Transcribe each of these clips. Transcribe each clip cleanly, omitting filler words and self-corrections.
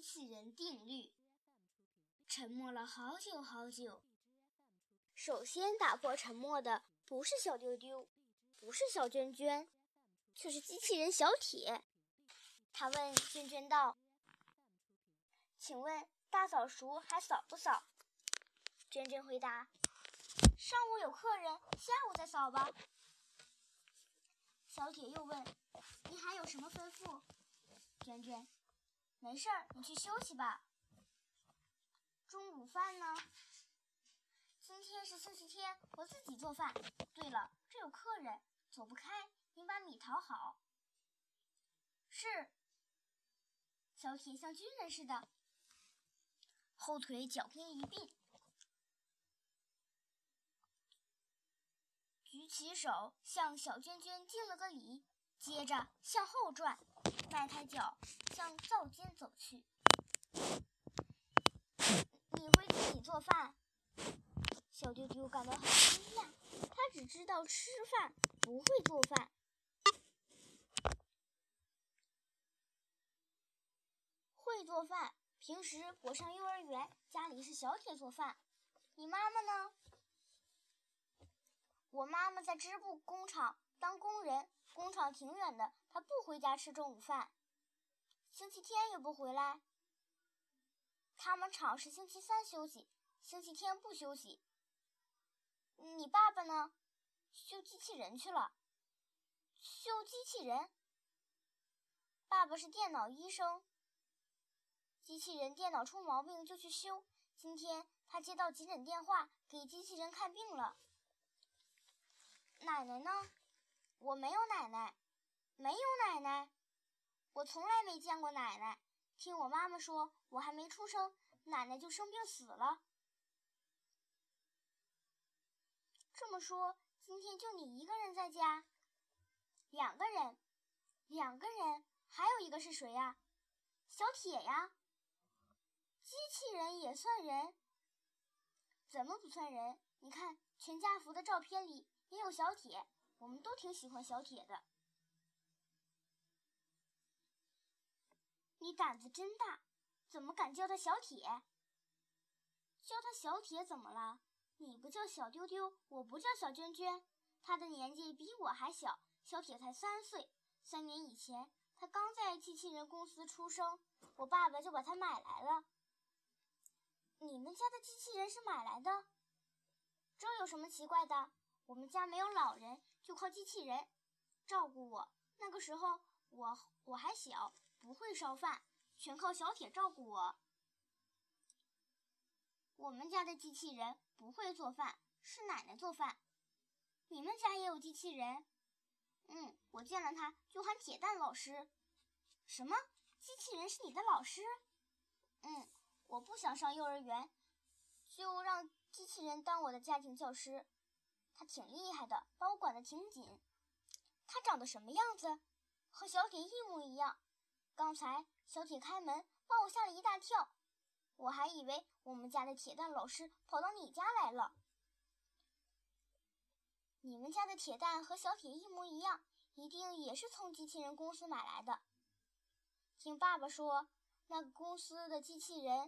器人定律。沉默了好久好久。首先打破沉默的不是小丢丢，不是小娟娟，却是机器人小铁。他问娟娟道：“请问大扫除还扫不扫？”娟娟回答：“上午有客人，下午再扫吧。”小铁又问：“你还有什么吩咐？”娟娟：“没事儿，你去休息吧。”中午饭呢？今天是星期天，我自己做饭。对了，这有客人，走不开，你把米淘好。是。小铁像军人似的，后腿脚跟一并，举起手向小娟娟敬了个礼，接着向后转，迈开脚向灶间走去。你会自己做饭？小丢丢感到很惊讶，他只知道吃饭，不会做饭。会做饭，平时我上幼儿园，家里是小铁做饭。你妈妈呢？我妈妈在织布工厂当工人，工厂挺远的，她不回家吃中午饭。星期天也不回来。他们厂是星期三休息，星期天不休息。你爸爸呢？修机器人去了。修机器人？爸爸是电脑医生。机器人电脑出毛病就去修，今天他接到急诊电话，给机器人看病了。奶奶呢？我没有奶奶。没有奶奶？我从来没见过奶奶。听我妈妈说，我还没出生，奶奶就生病死了。这么说，今天就你一个人在家？2个人。2个人？还有一个是谁呀？小铁呀。机器人也算人？怎么不算人？你看全家福的照片里也有小铁，我们都挺喜欢小铁的。你胆子真大，怎么敢叫他小铁？叫他小铁怎么了？你不叫小丢丢，我不叫小娟娟，他的年纪比我还小，小铁才3岁。3年以前，他刚在机器人公司出生，我爸爸就把他买来了。你们家的机器人是买来的？这有什么奇怪的？我们家没有老人，就靠机器人照顾我。那个时候我还小，不会烧饭，全靠小铁照顾我。我们家的机器人不会做饭，是奶奶做饭。你们家也有机器人？我见了他就喊铁蛋老师。什么？机器人是你的老师？我不想上幼儿园，就让机器人当我的家庭教师。他挺厉害的，把我管得挺紧。他长得什么样子？和小铁一模一样。刚才小铁开门，把我吓了一大跳，我还以为我们家的铁蛋老师跑到你家来了。你们家的铁蛋和小铁一模一样，一定也是从机器人公司买来的。听爸爸说，那个公司的机器人，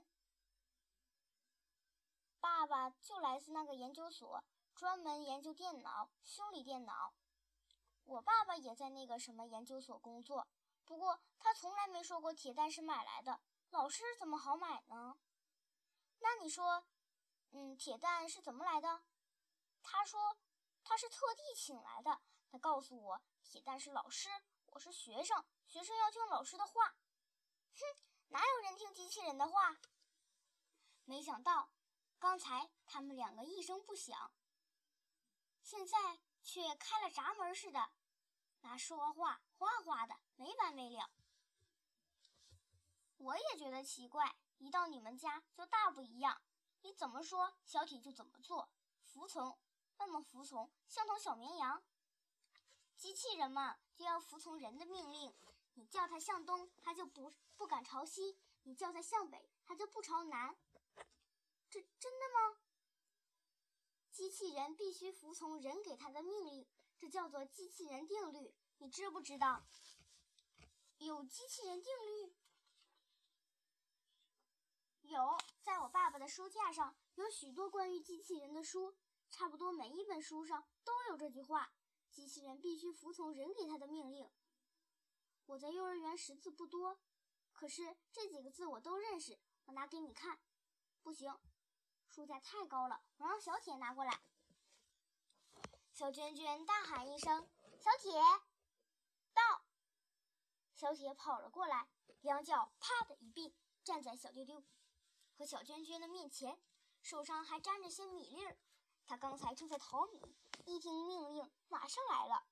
爸爸就来自那个研究所，专门研究电脑，修理电脑。我爸爸也在那个什么研究所工作，不过他从来没说过铁蛋是买来的，老师怎么好买呢？那你说，铁蛋是怎么来的？他说他是特地请来的，他告诉我铁蛋是老师，我是学生，学生要听老师的话。哪有人听机器人的话？没想到刚才他们2个一声不响，现在却开了闸门似的，那说话哗哗的没完没了。我也觉得奇怪，一到你们家就大不一样，你怎么说小铁就怎么做，服从，那么服从，像头小绵羊。机器人嘛，就要服从人的命令，你叫它向东，它就不敢朝西，你叫它向北，它就不朝南。这真的吗？机器人必须服从人给它的命令，这叫做机器人定律，你知不知道？有机器人定律？ 有，在我爸爸的书架上有许多关于机器人的书，差不多每一本书上都有这句话：机器人必须服从人给他的命令。我在幼儿园识字不多，可是这几个字我都认识，我拿给你看。不行，书架太高了，我让小铁拿过来。小娟娟大喊一声：小铁，到！小铁跑了过来，两脚啪的一并站在小丢丢和小娟娟的面前，手上还沾着些米粒儿。他刚才正在淘米，一听命令马上来了。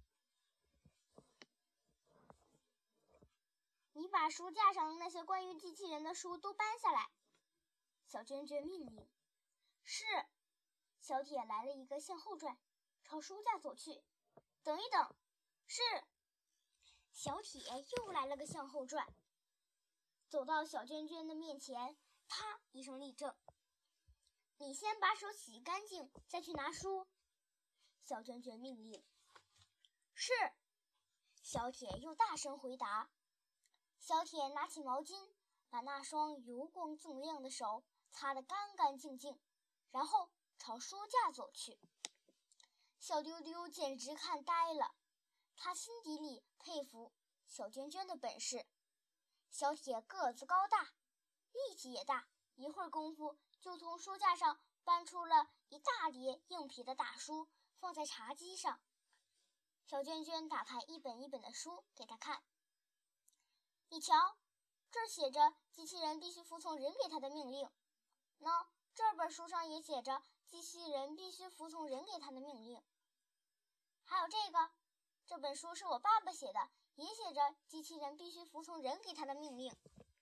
你把书架上那些关于机器人的书都搬下来。小娟娟命令。是。小铁来了一个向后转，朝书架走去。等一等。是。小铁又来了个向后转，走到小娟娟的面前，啪一声立正。你先把手洗干净，再去拿书。小娟娟命令。是。小铁又大声回答。小铁拿起毛巾，把那双油光锃亮的手擦得干干净净，然后朝书架走去。小丢丢简直看呆了，他心底里佩服小娟娟的本事。小铁个子高大，力气也大，一会儿功夫就从书架上搬出了一大叠硬皮的大书，放在茶几上。小娟娟打开一本一本的书给他看。你瞧，这儿写着机器人必须服从人给他的命令。那这本书上也写着机器人必须服从人给他的命令。还有这本书是我爸爸写的，也写着机器人必须服从人给他的命令。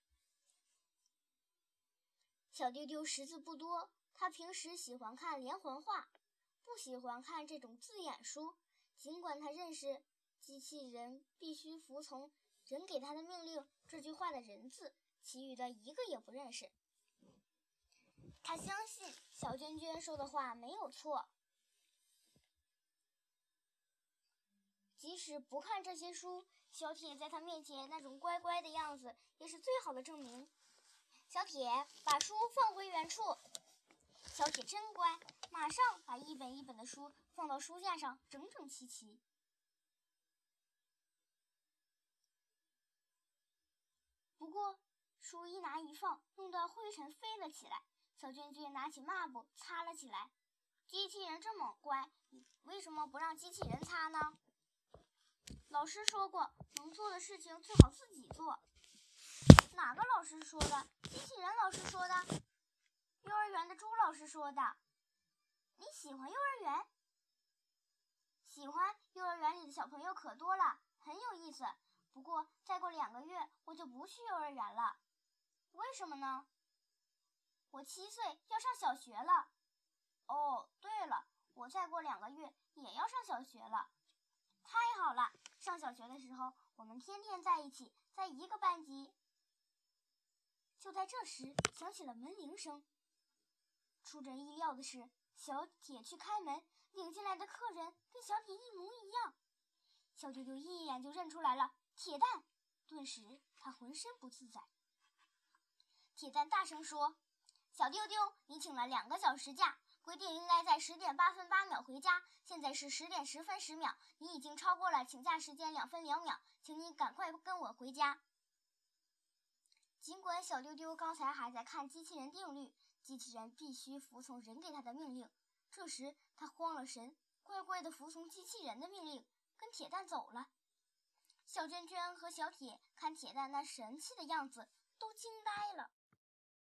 小丢丢识字不多，他平时喜欢看连环画，不喜欢看这种字眼书。尽管他认识机器人必须服从人给他的命令这句话的人字，其余的一个也不认识。他相信小娟娟说的话没有错，即使不看这些书，小铁在他面前那种乖乖的样子也是最好的证明。小铁，把书放回原处。小铁真乖，马上把一本一本的书放到书架上，整整齐齐。不过书一拿一放，弄得灰尘飞了起来。小娟娟拿起抹布擦了起来。机器人这么乖，你为什么不让机器人擦呢？老师说过，能做的事情最好自己做。哪个老师说的？机器人老师说的？幼儿园的朱老师说的。你喜欢幼儿园？喜欢，幼儿园里的小朋友可多了，很有意思。不过再过2个月我就不去幼儿园了。为什么呢？我7岁要上小学了。哦，对了，我再过2个月也要上小学了。太好了，上小学的时候我们天天在一起，在一个班级。就在这时响起了门铃声。出人意料的是，小铁去开门，领进来的客人跟小铁一模一样。小丢丢一眼就认出来了，铁蛋。顿时他浑身不自在。铁蛋大声说：小丢丢，你请了2个小时假，规定应该在10点8分8秒回家，现在是10点10分10秒，你已经超过了请假时间2分2秒，请你赶快跟我回家。尽管小丢丢刚才还在看机器人定律，机器人必须服从人给他的命令，这时他慌了神，乖乖地服从机器人的命令，跟铁蛋走了。小娟娟和小铁看铁蛋那神气的样子，都惊呆了。